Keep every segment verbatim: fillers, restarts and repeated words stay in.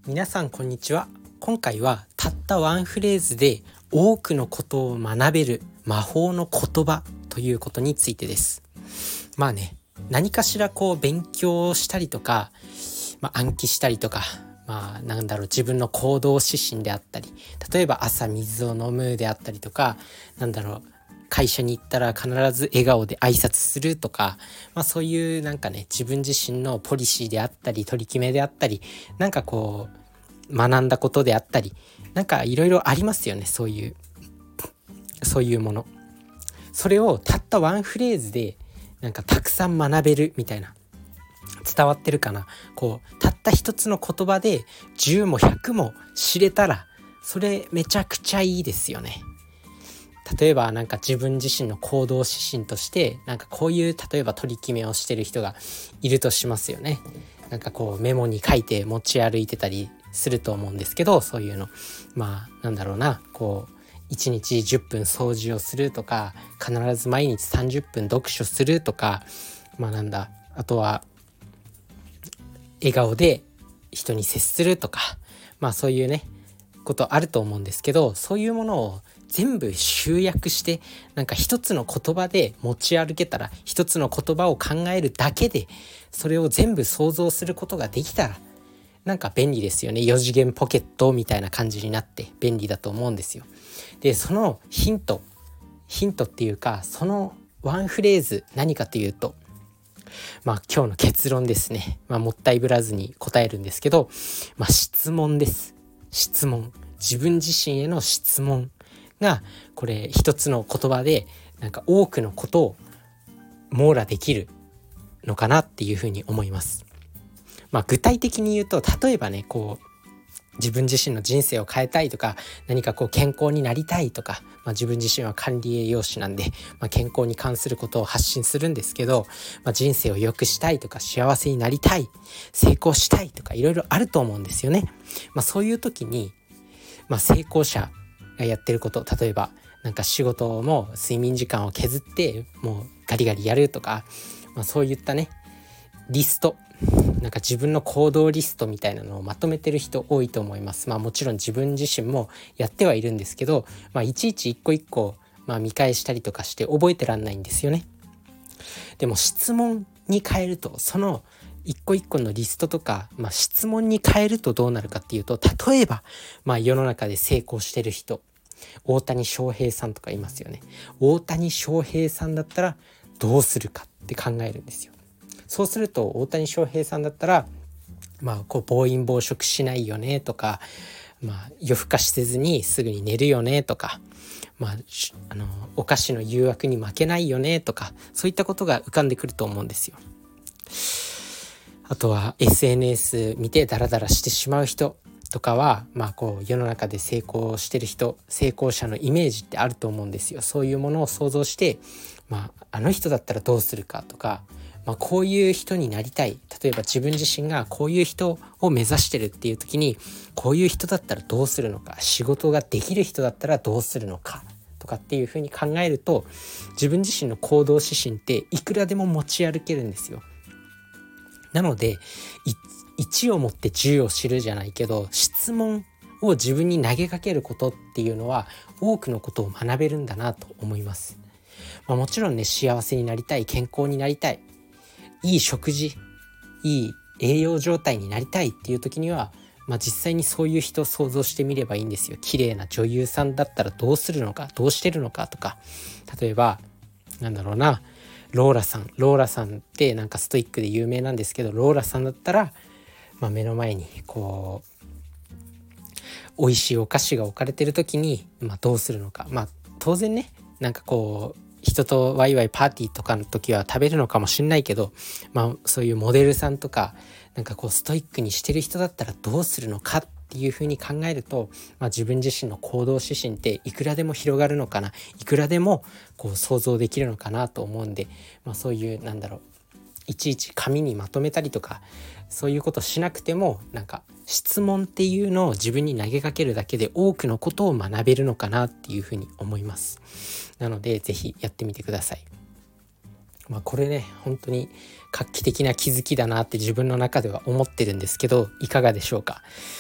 皆さんこんにちは。今回はたったワンフレーズで多くのことを学べる魔法の言葉ということについてです。まあね、何かしらこう勉強したりとか、まあ、暗記したりとか、まあなんだろう自分の行動指針であったり、例えば朝水を飲むであったりとか、なんだろう会社に行ったら必ず笑顔で挨拶するとか、まあそういうなんかね自分自身のポリシーであったり取り決めであったり、なんかこう学んだことであったり、なんかいろいろありますよね。そういうそういうもの、それをたったワンフレーズでなんかたくさん学べるみたいな、伝わってるかな。こうたった一つの言葉でじゅうもひゃくも知れたら、それめちゃくちゃいいですよね。例えばなんか自分自身の行動指針としてなんかこういう例えば取り決めをしてる人がいるとしますよね。なんかこうメモに書いて持ち歩いてたりすると思うんですけど、そういうのまあなんだろうな、こういちにちじゅっぷん掃除をするとか、必ず毎日さんじゅっぷん読書するとか、まあなんだあとは笑顔で人に接するとか、まあそういうねことあると思うんですけど、そういうものを全部集約してなんか一つの言葉で持ち歩けたら、一つの言葉を考えるだけでそれを全部想像することができたら、なんか便利ですよね。よ次元ポケットみたいな感じになって便利だと思うんですよ。でそのヒントヒントっていうか、そのワンフレーズ何かというと、まあ今日の結論ですね。まあもったいぶらずに答えるんですけど、まあ質問です。質問、自分自身への質問がこれ一つの言葉でなんか多くのことを網羅できるのかなっていうふうに思います。まあ具体的に言うと、例えばねこう自分自身の人生を変えたいとか、何かこう健康になりたいとか、まあ、自分自身は管理栄養士なんで、まあ、健康に関することを発信するんですけど、まあ、人生を良くしたいとか幸せになりたい、成功したいとかいろいろあると思うんですよね。まあ、そういう時に、まあ、成功者がやってること、例えばなんか仕事も睡眠時間を削ってもうガリガリやるとか、まあ、そういったねリスト、なんか自分の行動リストみたいなのをまとめてる人多いと思います。まあもちろん自分自身もやってはいるんですけど、まあいちいち一個一個まあ見返したりとかして覚えてらんないんですよね。でも質問に変えると、その一個一個のリストとか、まあ、質問に変えるとどうなるかっていうと、例えばまあ世の中で成功してる人、大谷翔平さんとかいますよね。大谷翔平さんだったらどうするかって考えるんですよ。そうすると大谷翔平さんだったら、まあこう暴飲暴食しないよねとか、まあ夜更かしせずにすぐに寝るよねとか、まああのお菓子の誘惑に負けないよねとか、そういったことが浮かんでくると思うんですよ。あとは エスエヌエス 見てダラダラしてしまう人とかは、まあこう世の中で成功してる人、成功者のイメージってあると思うんですよ。そういうものを想像して、まああの人だったらどうするかとか、まあ、こういう人になりたい、例えば自分自身がこういう人を目指してるっていう時に、こういう人だったらどうするのか、仕事ができる人だったらどうするのかとかっていうふうに考えると、自分自身の行動指針っていくらでも持ち歩けるんですよ。なのでいちをもってじゅうを知るじゃないけど、質問を自分に投げかけることっていうのは多くのことを学べるんだなと思います。まあ、もちろんね、幸せになりたい、健康になりたい、いい食事、いい栄養状態になりたいっていう時には、まあ、実際にそういう人を想像してみればいいんですよ。綺麗な女優さんだったらどうするのか、どうしてるのかとか、例えばなんだろうな、ローラさんローラさんってなんかストイックで有名なんですけど、ローラさんだったら、まあ、目の前にこう美味しいお菓子が置かれてる時に、まあ、どうするのか。まあ当然ね、なんかこう人とワイワイパーティーとかの時は食べるのかもしれないけど、まあそういうモデルさんとかなんかこうストイックにしてる人だったらどうするのかっていうふうに考えると、まあ、自分自身の行動指針っていくらでも広がるのかな、いくらでもこう想像できるのかなと思うんで、まあ、そういうなんだろう、いちいち紙にまとめたりとかそういうことしなくても、なんか質問っていうのを自分に投げかけるだけで多くのことを学べるのかなっていうふうに思います。なのでぜひやってみてください。まあこれね、本当に画期的な気づきだなって自分の中では思ってるんですけど、いかがでしょうか。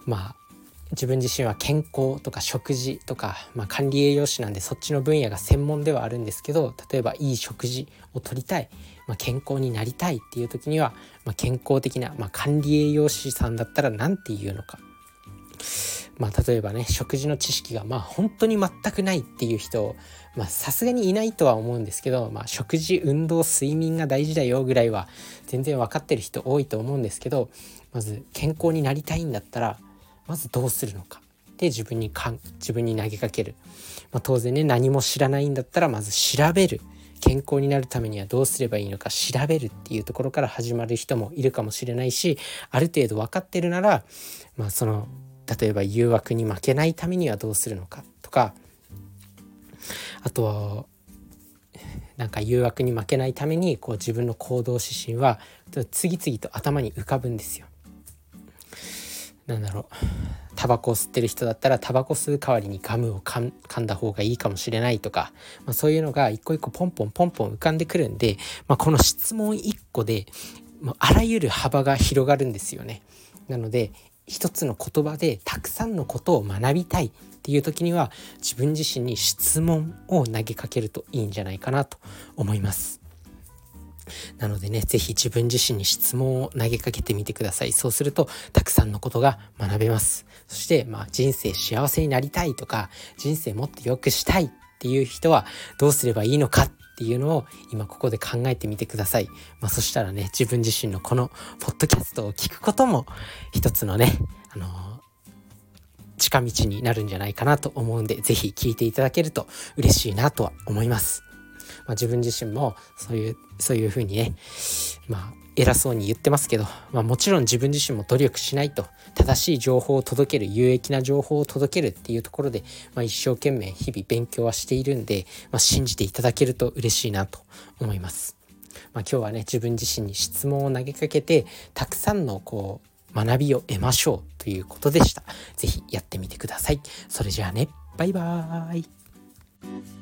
まあ自分自身は健康とか食事とか、まあ、管理栄養士なんでそっちの分野が専門ではあるんですけど、例えばいい食事をとりたい、まあ、健康になりたいっていう時には、まあ、健康的な、まあ、管理栄養士さんだったら何て言うのか、まあ、例えばね食事の知識がまあ本当に全くないっていう人さすがにいないとは思うんですけど、まあ、食事運動睡眠が大事だよぐらいは全然分かってる人多いと思うんですけど、まず健康になりたいんだったらまずどうするのかで自分にかん自分に投げかける、まあ、当然ね何も知らないんだったらまず調べる、健康になるためにはどうすればいいのか調べるっていうところから始まる人もいるかもしれないし、ある程度分かってるなら、まあ、その例えば誘惑に負けないためにはどうするのかとか、あとはなんか誘惑に負けないためにこう自分の行動指針は次々と頭に浮かぶんですよ。なんだろう、タバコを吸ってる人だったらタバコ吸う代わりにガムを噛ん、噛んだ方がいいかもしれないとか、まあ、そういうのが一個一個ポンポンポンポン浮かんでくるんで、まあ、この質問一個でもうあらゆる幅が広がるんですよね。なので一つの言葉でたくさんのことを学びたいっていう時には自分自身に質問を投げかけるといいんじゃないかなと思います。なのでね、ぜひ自分自身に質問を投げかけてみてください。そうするとたくさんのことが学べます。そしてまあ人生幸せになりたいとか人生もっと良くしたいっていう人はどうすればいいのかっていうのを今ここで考えてみてください。まあ、そしたらね、自分自身のこのポッドキャストを聞くことも一つのね、あのー、近道になるんじゃないかなと思うんで、ぜひ聞いていただけると嬉しいなとは思います。まあ、自分自身もそういうそういう風にね、まあ偉そうに言ってますけど、まあ、もちろん自分自身も努力しないと、正しい情報を届ける、有益な情報を届けるっていうところで、まあ、一生懸命日々勉強はしているんで、まあ、信じていただけると嬉しいなと思います。まあ、今日はね、自分自身に質問を投げかけてたくさんのこう学びを得ましょうということでした。ぜひやってみてください。それじゃあね、バイバーイ。